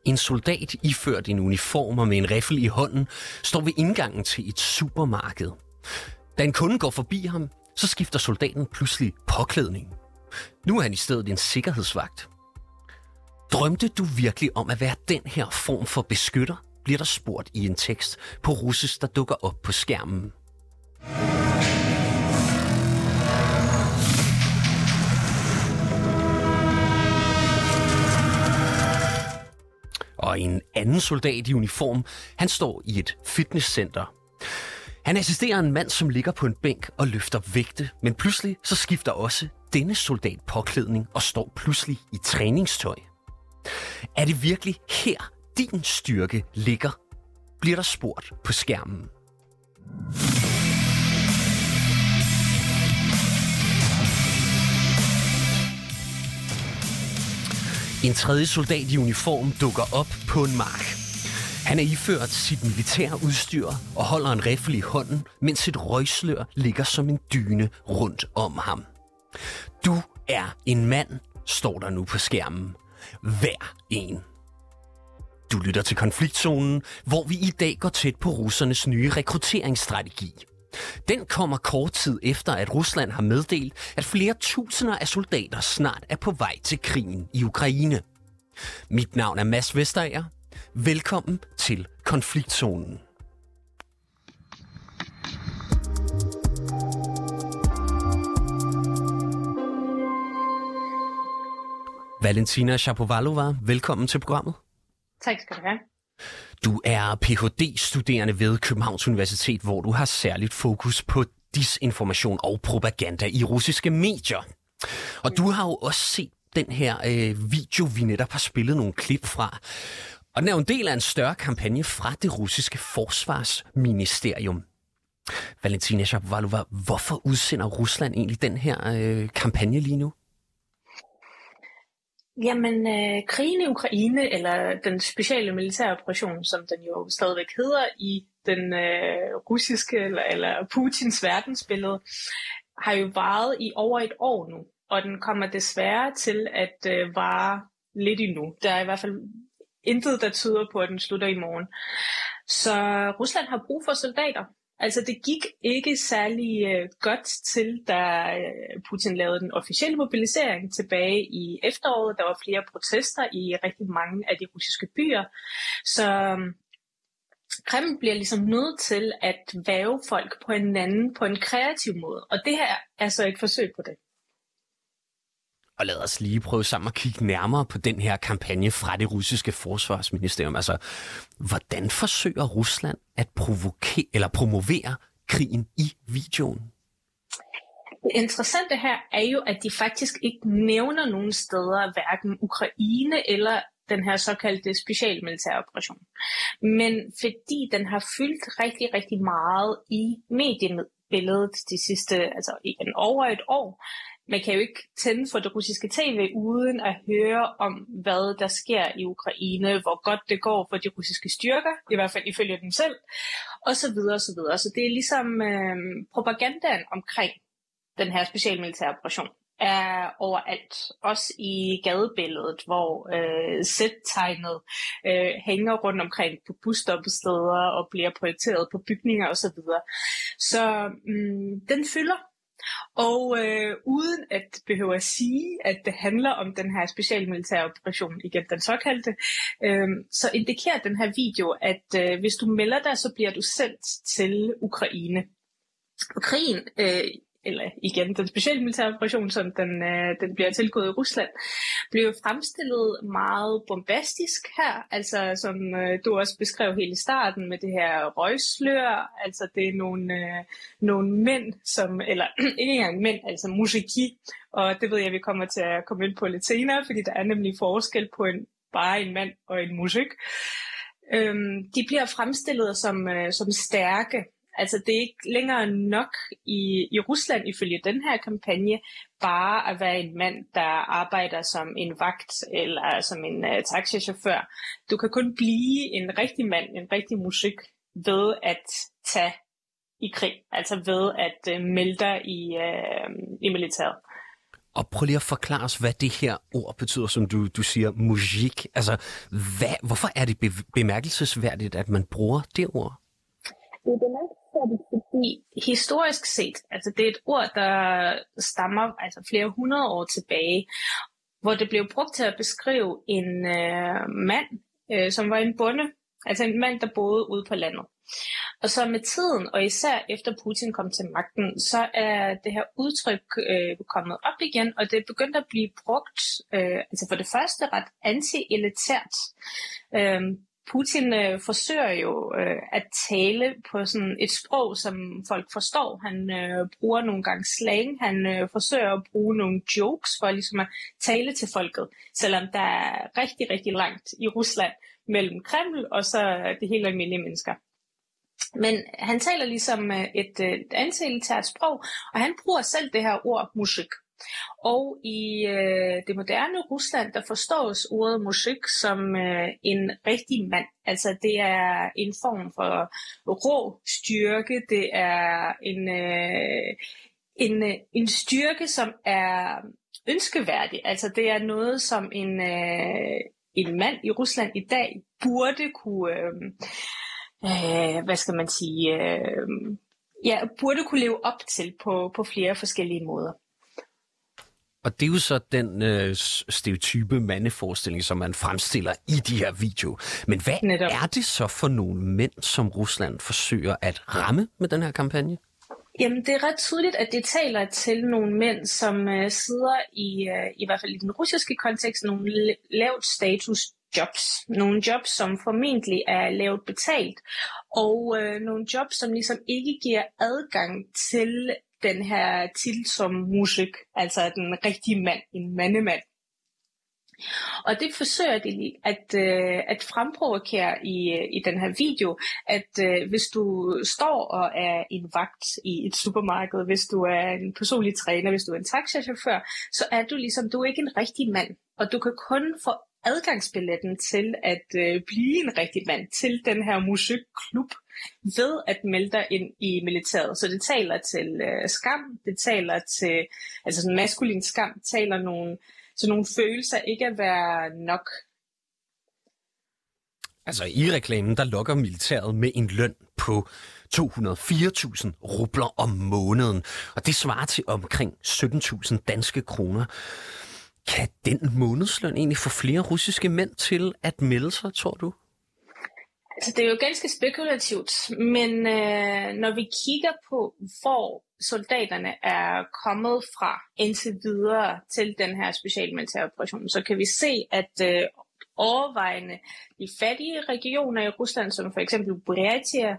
En soldat iført en uniform og med en riffel i hånden står ved indgangen til et supermarked. Da en kunde går forbi ham, så skifter soldaten pludselig påklædning. Nu er han i stedet en sikkerhedsvagt. Drømte du virkelig om at være den her form for beskytter, bliver der spurgt i en tekst på russisk, der dukker op på skærmen. Og en anden soldat i uniform, han står i et fitnesscenter. Han assisterer en mand, som ligger på en bænk og løfter vægte, men pludselig så skifter også denne soldat påklædning og står pludselig i træningstøj. Er det virkelig her, din styrke ligger? Bliver der spurgt på skærmen. En tredje soldat i uniform dukker op på en mark. Han er iført sit militære udstyr og holder en riffel i hånden, mens et røgslør ligger som en dyne rundt om ham. Du er en mand, står der nu på skærmen. Hver en. Du lytter til Konfliktzonen, hvor vi i dag går tæt på russernes nye rekrutteringsstrategi. Den kommer kort tid efter, at Rusland har meddelt, at flere tusinder af soldater snart er på vej til krigen i Ukraine. Mit navn er Mads Vesterager. Velkommen til Konfliktzonen. Valentina Shapovalova, velkommen til programmet. Tak skal du have. Du er Ph.D.-studerende ved Københavns Universitet, hvor du har særligt fokus på disinformation og propaganda i russiske medier. Og du har jo også set den her video, vi netop har spillet nogle klip fra. Og den er jo en del af en større kampagne fra det russiske forsvarsministerium. Valentina Shapovalova, hvorfor udsender Rusland egentlig den her kampagne lige nu? Jamen, krigen i Ukraine, eller den speciale militære operation, som den jo stadigvæk hedder i den russiske eller Putins verdensbillede, har jo varet i over et år nu, og den kommer desværre til at vare lidt endnu. Der er i hvert fald intet, der tyder på, at den slutter i morgen. Så Rusland har brug for soldater. Altså det gik ikke særlig godt til, da Putin lavede den officielle mobilisering tilbage i efteråret. Der var flere protester i rigtig mange af de russiske byer. Så Kreml bliver ligesom nødt til at hverve folk på en kreativ måde. Og det her er så et forsøg på det. Og lad os lige prøve sammen at kigge nærmere på den her kampagne fra det russiske forsvarsministerium. Altså, hvordan forsøger Rusland at promovere krigen i videoen? Det interessante her er jo, at de faktisk ikke nævner nogen steder, hverken Ukraine eller den her såkaldte specialmilitære operation. Men fordi den har fyldt rigtig, rigtig meget i mediebilledet de sidste, altså igen over et år, man kan jo ikke tænde for det russiske tv uden at høre om, hvad der sker i Ukraine, hvor godt det går for de russiske styrker, i hvert fald ifølge dem selv, og så videre, og så videre. Så det er ligesom propagandaen omkring den her specialmilitære operation er overalt. Også i gadebilledet, hvor sættegnet hænger rundt omkring på busstoppesteder og bliver projekteret på bygninger og så videre. Så den fylder. Og uden at behøve at sige, at det handler om den her specialmilitære operation, igen den såkaldte, så indikerer den her video, at hvis du melder dig, så bliver du sendt til Ukraine. Og krigen, eller igen den specialmilitære operation, som den bliver tilgået i Rusland, blev fremstillet meget bombastisk her, altså som du også beskrev helt i starten med det her røgslør, altså det er nogle mænd, som, eller ikke engang mænd, altså musiki, og det ved jeg, vi kommer til at komme ind på lidt senere, fordi der er nemlig forskel på bare en mand og en musik. De bliver fremstillet som stærke. Altså det er ikke længere nok i Rusland ifølge den her kampagne bare at være en mand, der arbejder som en vagt eller som en taxichauffør. Du kan kun blive en rigtig mand, en rigtig musik ved at tage i krig, altså ved at melde dig i militæret. Og prøv lige at forklare os, hvad det her ord betyder, som du siger, mujik. Altså, hvorfor er det bemærkelsesværdigt, at man bruger det ord? Det er bemærkelsesværdigt, fordi historisk set, altså det er et ord, der stammer altså flere hundrede år tilbage, hvor det blev brugt til at beskrive en mand, som var en bonde, altså en mand, der boede ude på landet. Og så med tiden, og især efter Putin kom til magten, så er det her udtryk kommet op igen, og det er begyndt at blive brugt, altså for det første ret anti-elitært. Putin forsøger jo at tale på sådan et sprog, som folk forstår. Han bruger nogle gange slang, han forsøger at bruge nogle jokes for ligesom at tale til folket, selvom der er rigtig, rigtig langt i Rusland mellem Kreml og så de helt almindelige mennesker. Men han taler ligesom et anti-elitært sprog, og han bruger selv det her ord musik. Og i det moderne Rusland, der forstås ordet musik som en rigtig mand. Altså det er en form for rå styrke, det er en styrke, som er ønskeværdig. Altså det er noget, som en mand i Rusland i dag burde kunne... burde kunne leve op til på flere forskellige måder. Og det er jo så den stereotype mandeforestilling, som man fremstiller i de her videoer. Men hvad er det så for nogle mænd, som Rusland forsøger at ramme med den her kampagne? Jamen, det er ret tydeligt, at det taler til nogle mænd, som sidder i hvert fald i den russiske kontekst, nogle lavt status jobs. Nogle jobs, som formentlig er lavt betalt, og nogle jobs, som ligesom ikke giver adgang til den her titel som musik, altså den rigtige mand, en mandemand. Og det forsøger de at fremprovokere i den her video, at hvis du står og er en vagt i et supermarked, hvis du er en personlig træner, hvis du er en taxachauffør, så er du ligesom, du er ikke en rigtig mand, og du kan kun få adgangsbilletten til at blive en rigtig mand til den her musikklub ved at melde dig ind i militæret. Så det taler til skam, det taler til, altså sådan maskulin skam, taler nogle følelser ikke at være nok. Altså i reklamen, der lokker militæret med en løn på 204.000 rubler om måneden, og det svarer til omkring 17.000 danske kroner. Kan den månedsløn egentlig få flere russiske mænd til at melde sig, tror du? Altså, det er jo ganske spekulativt, men når vi kigger på, hvor soldaterne er kommet fra indtil videre til den her specialmilitære operation, så kan vi se, at overvejende de fattige regioner i Rusland, som for eksempel Buryatia,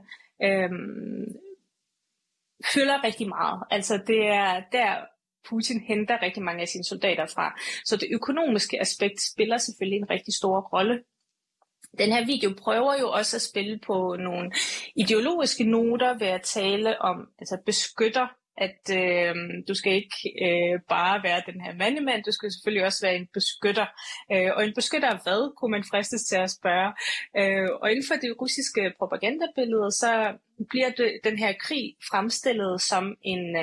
fylder rigtig meget. Altså det er der, Putin henter rigtig mange af sine soldater fra. Så det økonomiske aspekt spiller selvfølgelig en rigtig stor rolle. Den her video prøver jo også at spille på nogle ideologiske noter ved at tale om, altså beskytter, at du skal ikke bare være den her mandemand, du skal selvfølgelig også være en beskytter. Og en beskytter af hvad, kunne man fristes til at spørge. Og inden for det russiske propagandabillede, så bliver den her krig fremstillet som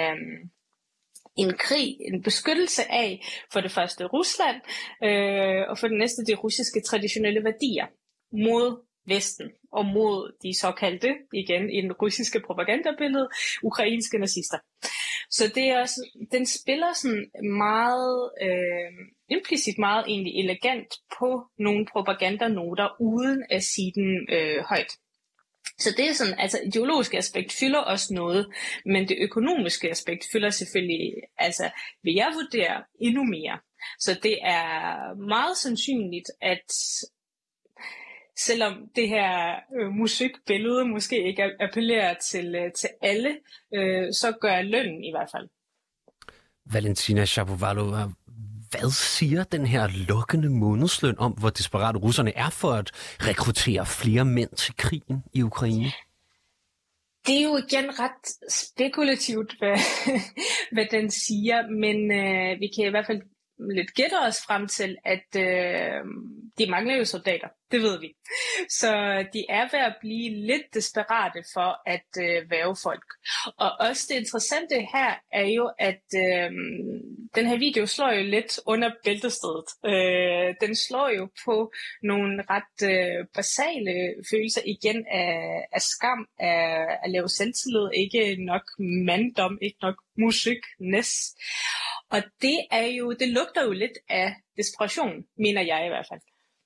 en krig, en beskyttelse af for det første Rusland, og for det næste de russiske traditionelle værdier mod Vesten og mod de såkaldte, igen i den russiske propagandabillede, ukrainske nazister. Så det er også, den spiller sådan meget implicit, meget egentlig elegant på nogle propagandanoter, uden at sige den højt. Så det er sådan, altså ideologiske aspekt fylder også noget, men det økonomiske aspekt fylder selvfølgelig, altså vil jeg vurdere endnu mere. Så det er meget sandsynligt, at selvom det her musikbillede måske ikke appellerer til alle, så gør lønnen i hvert fald. Valentina Shapovalova, hvad siger den her lokkende månedsløn om, hvor desperate russerne er for at rekruttere flere mænd til krigen i Ukraine? Det er jo igen ret spekulativt, hvad den siger, men vi kan i hvert fald lidt gætter os frem til, at de mangler jo soldater. Det ved vi. Så de er ved at blive lidt desperate for at hverve folk. Og også det interessante her er jo, at den her video slår jo lidt under bæltestedet. Den slår jo på nogle ret basale følelser igen af skam, af lav selvtillid, ikke nok manddom, ikke nok musikness. Og det lugter jo lidt af desperation, mener jeg i hvert fald.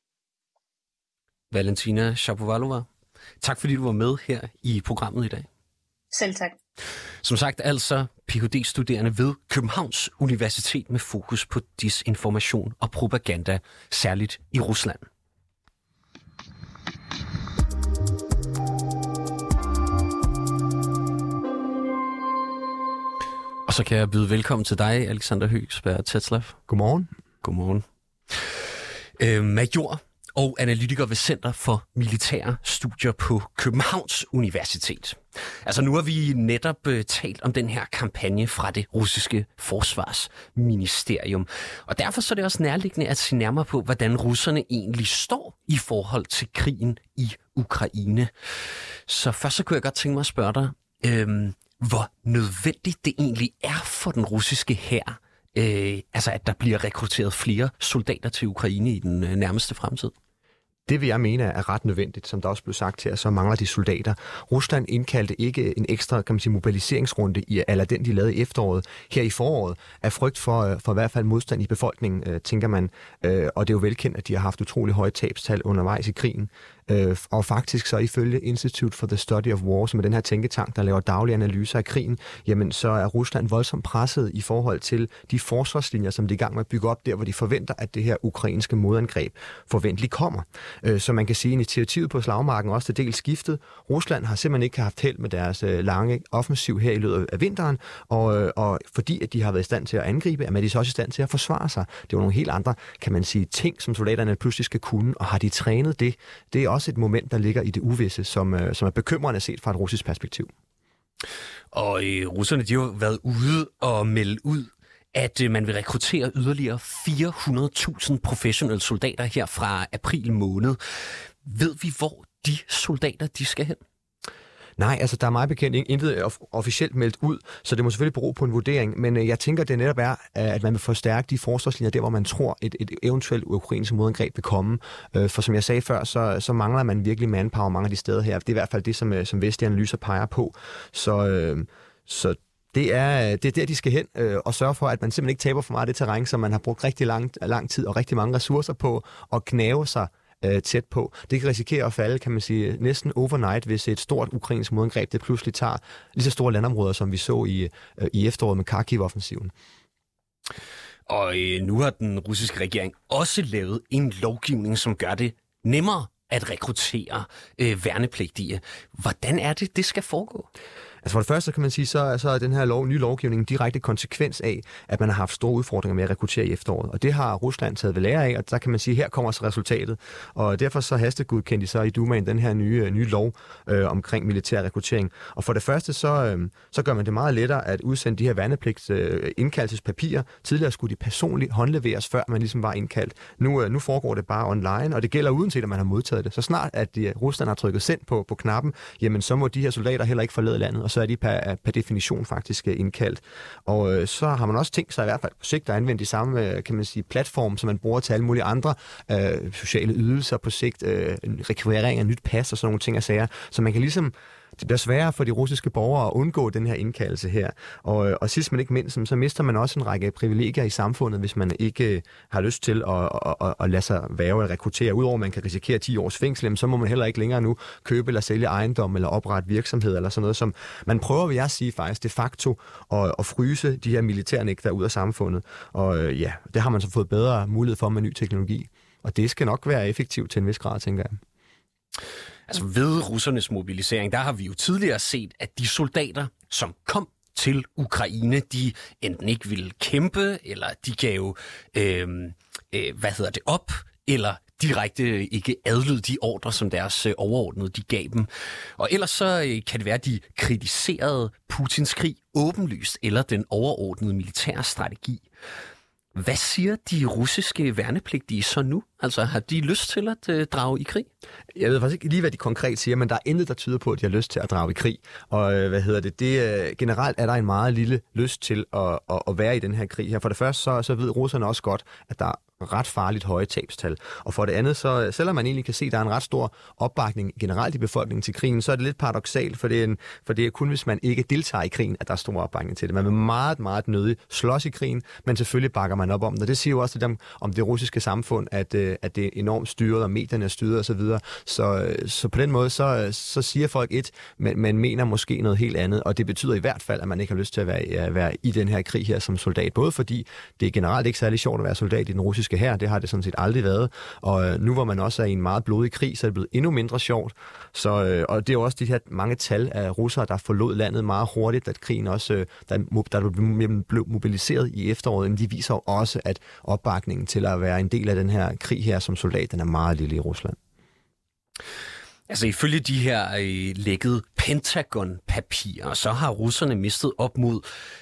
Valentina Shapovalova, tak fordi du var med her i programmet i dag. Selv tak. Som sagt altså Ph.D.-studerende ved Københavns Universitet med fokus på disinformation og propaganda, særligt i Rusland. Og så kan jeg byde velkommen til dig, Alexander Høgsberg Tetzlaff. Godmorgen. Godmorgen. Major og analytiker ved Center for Militære Studier på Københavns Universitet. Altså nu har vi netop talt om den her kampagne fra det russiske forsvarsministerium. Og derfor så er det også nærliggende at se nærmere på, hvordan russerne egentlig står i forhold til krigen i Ukraine. Så først så kunne jeg godt tænke mig at spørge dig, hvor nødvendigt det egentlig er for den russiske hær, altså at der bliver rekrutteret flere soldater til Ukraine i den nærmeste fremtid. Det vil jeg mene er ret nødvendigt, som der også blev sagt her, så mangler de soldater. Rusland indkaldte ikke en ekstra, kan man sige, mobiliseringsrunde eller den, de lavede i efteråret, her i foråret, af frygt for i hvert fald modstand i befolkningen, tænker man. Og det er jo velkendt, at de har haft utrolig høje tabstal undervejs i krigen. Og faktisk så ifølge Institute for the Study of War, som er den her tænketank, der laver daglige analyser af krigen, jamen så er Rusland voldsomt presset i forhold til de forsvarslinjer, som de er i gang med at bygge op der, hvor de forventer, at det her ukrainske modangreb forventeligt kommer. Så man kan sige, at initiativet på slagmarken også til dels skiftet. Rusland har simpelthen ikke haft held med deres lange offensiv her i løbet af vinteren, og fordi at de har været i stand til at angribe, er de så også i stand til at forsvare sig. Det er jo nogle helt andre, kan man sige, ting, som soldaterne pludselig skal kunne, og har de trænet det? Det er også et moment, der ligger i det uvisse, som er bekymrende set fra et russisk perspektiv. Og russerne, de har jo været ude og melde ud, at man vil rekruttere yderligere 400.000 professionelle soldater her fra april måned. Ved vi, hvor de soldater de skal hen? Nej, altså der er meget bekendt intet officielt meldt ud, så det må selvfølgelig bero på en vurdering, men jeg tænker, det netop er, at man vil forstærke de forsvarslinjer der, hvor man tror, et eventuelt ukrainsk modangreb vil komme. For som jeg sagde før, så mangler man virkelig manpower mange af de steder her. Det er i hvert fald det, som vestlige analyser peger på. Så det er der, de skal hen og sørge for, at man simpelthen ikke taber for meget af det terræn, som man har brugt rigtig lang tid og rigtig mange ressourcer på at knæve sig tæt på. Det kan risikere at falde, kan man sige, næsten overnight, hvis et stort ukrainsk modangreb, det pludselig tager lige så store landområder, som vi så i efteråret med Kharkiv-offensiven. Og nu har den russiske regering også lavet en lovgivning, som gør det nemmere at rekruttere værnepligtige. Hvordan er det skal foregå? Altså for det første kan man sige, så er den her nye lovgivning en direkte konsekvens af, at man har haft store udfordringer med at rekruttere i efteråret. Og det har Rusland taget ved lære af, og der kan man sige, at her kommer så resultatet. Og derfor så hastegodkendte de så i Dumaen den her nye lov omkring militær rekruttering. Og for det første så gør man det meget lettere at udsende de her værnepligts indkaldelsespapirer. Tidligere skulle de personligt håndleveres, før man ligesom var indkaldt. Nu foregår det bare online, og det gælder uanset, at man har modtaget det. Så snart at Rusland har trykket send på knappen, jamen så må de her soldater heller ikke forlade landet, og så er de per definition faktisk indkaldt. Og så har man også tænkt sig i hvert fald på sigt at anvende de samme, kan man sige, platform, som man bruger til alle mulige andre sociale ydelser på sigt, rekvirering af nyt pas og sådan nogle ting og sager. Så man kan ligesom, det bliver sværere for de russiske borgere at undgå den her indkaldelse her. Og sidst men ikke mindst, så mister man også en række privilegier i samfundet, hvis man ikke har lyst til at lade sig værge eller rekruttere. Udover at man kan risikere 10 års fængsel, så må man heller ikke længere nu købe eller sælge ejendom eller oprette virksomhed eller sådan noget, som man prøver, vil jeg sige faktisk, de facto at fryse de her militærnægter ud af samfundet. Og ja, det har man så fået bedre mulighed for med ny teknologi. Og det skal nok være effektivt til en vis grad, tænker jeg. Altså ved russernes mobilisering, der har vi jo tidligere set, at de soldater, som kom til Ukraine, de enten ikke ville kæmpe, eller de gav op, eller direkte ikke adlød de ordre, som deres overordnede de gav dem. Og ellers så kan det være, at de kritiserede Putins krig åbenlyst, eller den overordnede militære strategi. Hvad siger de russiske værnepligtige så nu? Altså, har de lyst til at drage i krig? Jeg ved faktisk ikke lige, hvad de konkret siger, men der er intet, der tyder på, at de har lyst til at drage i krig. Og generelt er der en meget lille lyst til at være i den her krig her. For det første, så ved russerne også godt, at der er ret farligt høje tabstal. Og for det andet, så selvom man egentlig kan se, at der er en ret stor opbakning generelt i befolkningen til krigen, så er det lidt paradoksalt, for det er kun, hvis man ikke deltager i krigen, at der er stor opbakning til det. Man vil meget, meget nødig slås i krigen, men selvfølgelig bakker man op om det. Og det siger jo også lidt om det russiske samfund, at det er enormt styret, og medierne er styret osv. Så på den måde, så siger folk et, men man mener måske noget helt andet. Og det betyder i hvert fald, at man ikke har lyst til at være i den her krig her som soldat. Både fordi det er generelt ikke særlig sjovt at være soldat i den russiske hær, det har det sådan set aldrig været. Og nu hvor man også er i en meget blodig krig, så er det blevet endnu mindre sjovt. Og det er jo også de her mange tal af russere, der forlod landet meget hurtigt, at krigen også, der blev mobiliseret i efteråret, de viser jo også, at opbakningen til at være en del af den her krig her som soldat, den er meget lille i Rusland. Altså ifølge de her lækkede Pentagon-papirer, så har russerne mistet op mod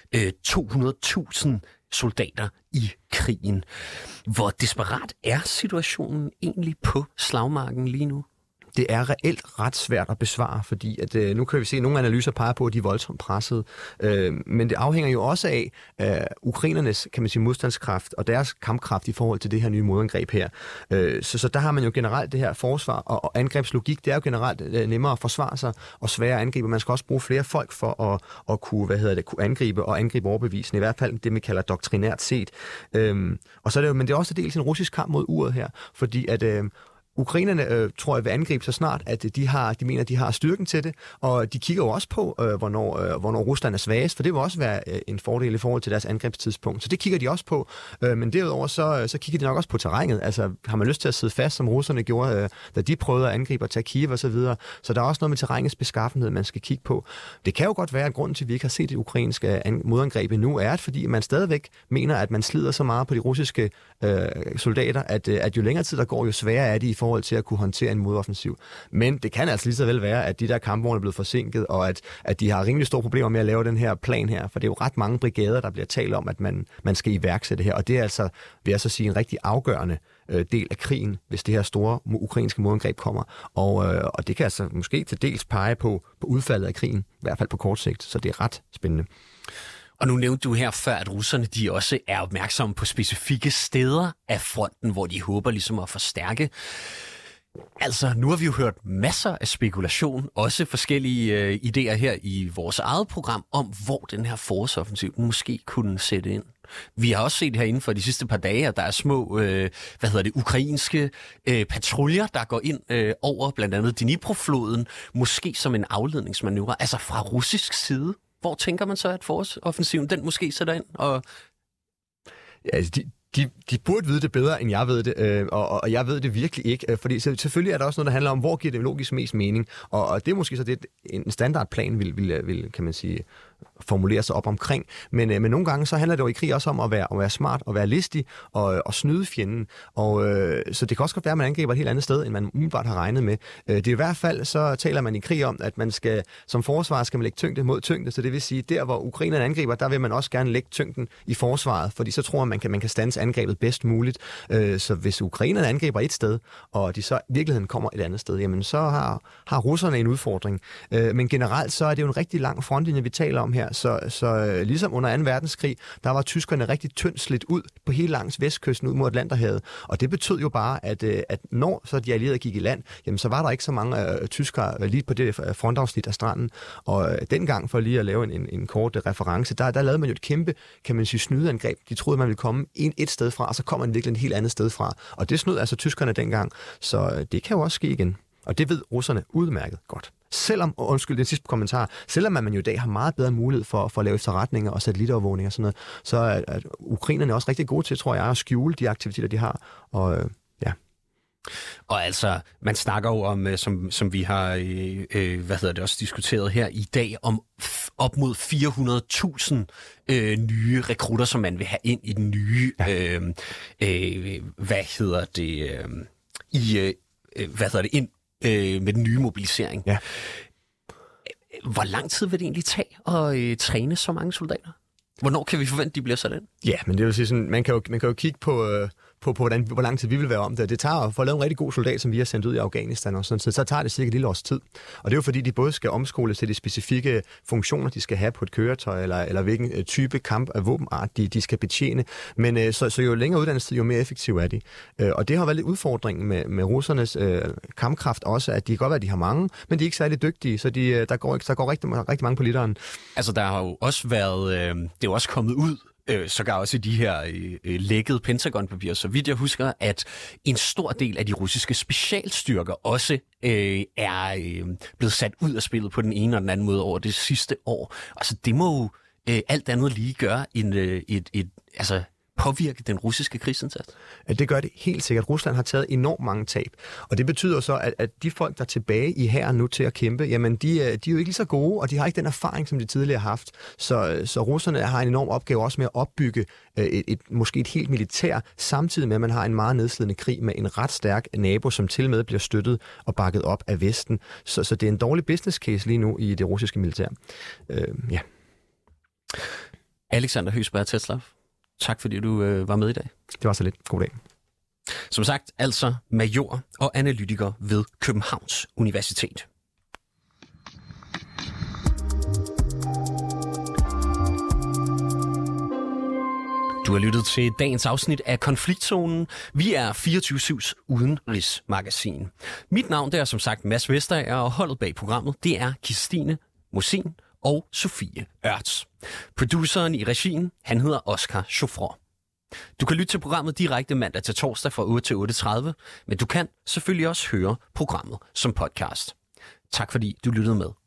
200.000 soldater i krigen. Hvor desperat er situationen egentlig på slagmarken lige nu? Det er reelt ret svært at besvare, fordi at, nu kan vi se, at nogle analyser peger på, at de er voldsomt presset. Men det afhænger jo også af ukrainernes, kan man sige, modstandskraft og deres kampkraft i forhold til det her nye modangreb her. Så der har man jo generelt det her forsvar og angrebslogik. Det er jo generelt nemmere at forsvare sig og sværere at angribe. Man skal også bruge flere folk for at kunne, kunne angribe og angribe overbevisende. I hvert fald det, man kalder doktrinært set. Og så er det jo, men det er også dels en russisk kamp mod uret her, fordi at ukrainerne tror jeg vil angribe så snart, at de mener, at de har styrken til det, og de kigger jo også på, hvornår Rusland er svagest, for det vil også være en fordel i forhold til deres angrebstidspunkt. Så det kigger de også på, men derudover så kigger de nok også på terrænet. Altså har man lyst til at sidde fast, som russerne gjorde, da de prøvede at angribe og tage Kiev og så videre. Så der er også noget med terrænets beskaffenhed, man skal kigge på. Det kan jo godt være, at grunden til, at vi ikke har set det ukrainske modangreb endnu, er, fordi man stadigvæk mener, at man slider så meget på de russiske soldater, at jo længere tid der går, jo sværere er de i forhold til at kunne håndtere en modoffensiv. Men det kan altså lige så vel være, at de der kampvogne er blevet forsinket, og at de har rimelig store problemer med at lave den her plan her, for det er jo ret mange brigader, der bliver talt om, at man skal iværksætte her, og det er altså, vil jeg så sige, en rigtig afgørende del af krigen, hvis det her store ukrainske modangreb kommer. Og det kan altså måske til dels pege på udfaldet af krigen, i hvert fald på kort sigt, så det er ret spændende. Og nu nævnte du her før, at russerne de også er opmærksomme på specifikke steder af fronten, hvor de håber ligesom at forstærke. Altså, nu har vi jo hørt masser af spekulation, også forskellige idéer her i vores eget program, om hvor den her forårsoffensiv måske kunne sætte ind. Vi har også set her inden for de sidste par dage, at der er små, ukrainske patruljer, der går ind over blandt andet Dnipro-floden, måske som en afledningsmanøvre, altså fra russisk side. Hvor tænker man så, at forårsoffensiven, den måske sætter ind? Og ja, altså de burde vide det bedre, end jeg ved det, og jeg ved det virkelig ikke, fordi selvfølgelig er der også noget, der handler om, hvor giver det logisk mest mening, og det er måske så det, en standardplan vil kan man sige, formulere sig op omkring, men nogle gange så handler det jo i krig også om at være smart og være listig og snyde fjenden, så det kan også godt være, at man angriber et helt andet sted, end man umiddelbart har regnet med. Det er i hvert fald, så taler man i krig om, at man skal, som forsvar skal man lægge tyngde mod tyngde, så det vil sige, der hvor ukrainerne angriber, der vil man også gerne lægge tyngden i forsvaret, fordi så tror man kan standse angrebet bedst muligt. Så hvis ukrainerne angriber et sted, og de så i virkeligheden kommer et andet sted, jamen så har russerne en udfordring. Men generelt så er det jo en rigtig lang frontlinje, vi taler om her. Så ligesom under 2. verdenskrig, der var tyskerne rigtig tyndt slidt ud på hele langs vestkysten ud mod Atlanterhavet. Og det betød jo bare, at når så de allierede gik i land, jamen så var der ikke så mange tyskere lige på det frontafsnit af stranden. Og dengang, for lige at lave en kort reference, der lavede man jo et kæmpe, kan man sige, snydeangreb. De troede, man ville komme et sted fra, og så kommer man virkelig et helt andet sted fra. Og det snød altså tyskerne dengang. Så det kan jo også ske igen. Og det ved russerne udmærket godt. Selvom, undskyld, den sidste kommentar, selvom man jo i dag har meget bedre mulighed for at lave efterretninger og satellitovervågning og sådan noget, så er ukrainerne også rigtig gode til, tror jeg, at skjule de aktiviteter, de har. Og ja. Og altså, man snakker jo om, som vi har også diskuteret her i dag, om op mod 400.000 nye rekrutter, som man vil have ind i den nye, ind med den nye mobilisering. Ja. Hvor lang tid vil det egentlig tage at træne så mange soldater? Hvornår kan vi forvente, de bliver sat ind? Ja, men det vil sige sådan, man kan jo kigge på hvor lang tid vi vil være om det. Det tager for at lave en rigtig god soldat, som vi har sendt ud i Afghanistan, og sådan, så tager det cirka et lille års tid. Og det er jo fordi, de både skal omskoles til de specifikke funktioner, de skal have på et køretøj, eller hvilken type kamp af våbenart, de skal betjene. Men så jo længere uddannelsestid, jo mere effektiv er de. Og det har været lidt udfordringen med russernes kampkraft også, at de kan godt være, at de har mange, men de er ikke særlig dygtige, så der går rigtig mange på literen. Altså, der har jo også været, det er jo også kommet ud, sågar også i de her lækkede Pentagon-papirer, så vidt jeg husker, at en stor del af de russiske specialstyrker også er blevet sat ud af spillet på den ene og den anden måde over det sidste år. Altså, det må jo alt andet lige gøre påvirke den russiske krigsindsats? Det gør det helt sikkert. Rusland har taget enormt mange tab. Og det betyder så, at de folk, der er tilbage i hæren nu til at kæmpe, jamen de er jo ikke lige så gode, og de har ikke den erfaring, som de tidligere har haft. Så russerne har en enorm opgave også med at opbygge måske et helt militær, samtidig med, at man har en meget nedslidende krig med en ret stærk nabo, som til med bliver støttet og bakket op af Vesten. Så det er en dårlig business case lige nu i det russiske militær. Ja. Alexander Høgsberg Tetzlaff, tak fordi du var med i dag. Det var så lidt. God dag. Som sagt, altså major og analytiker ved Københavns Universitet. Du har lyttet til dagens afsnit af Konfliktzonen. Vi er 24/7's udenrigsmagasin. Mit navn det er som sagt Mads Vestager, og holdet bag programmet det er Kirstine Mosin og Sofie Ørts. Produceren i regien, han hedder Oscar Chauffeur. Du kan lytte til programmet direkte mandag til torsdag fra 8 til 8:30, men du kan selvfølgelig også høre programmet som podcast. Tak fordi du lyttede med.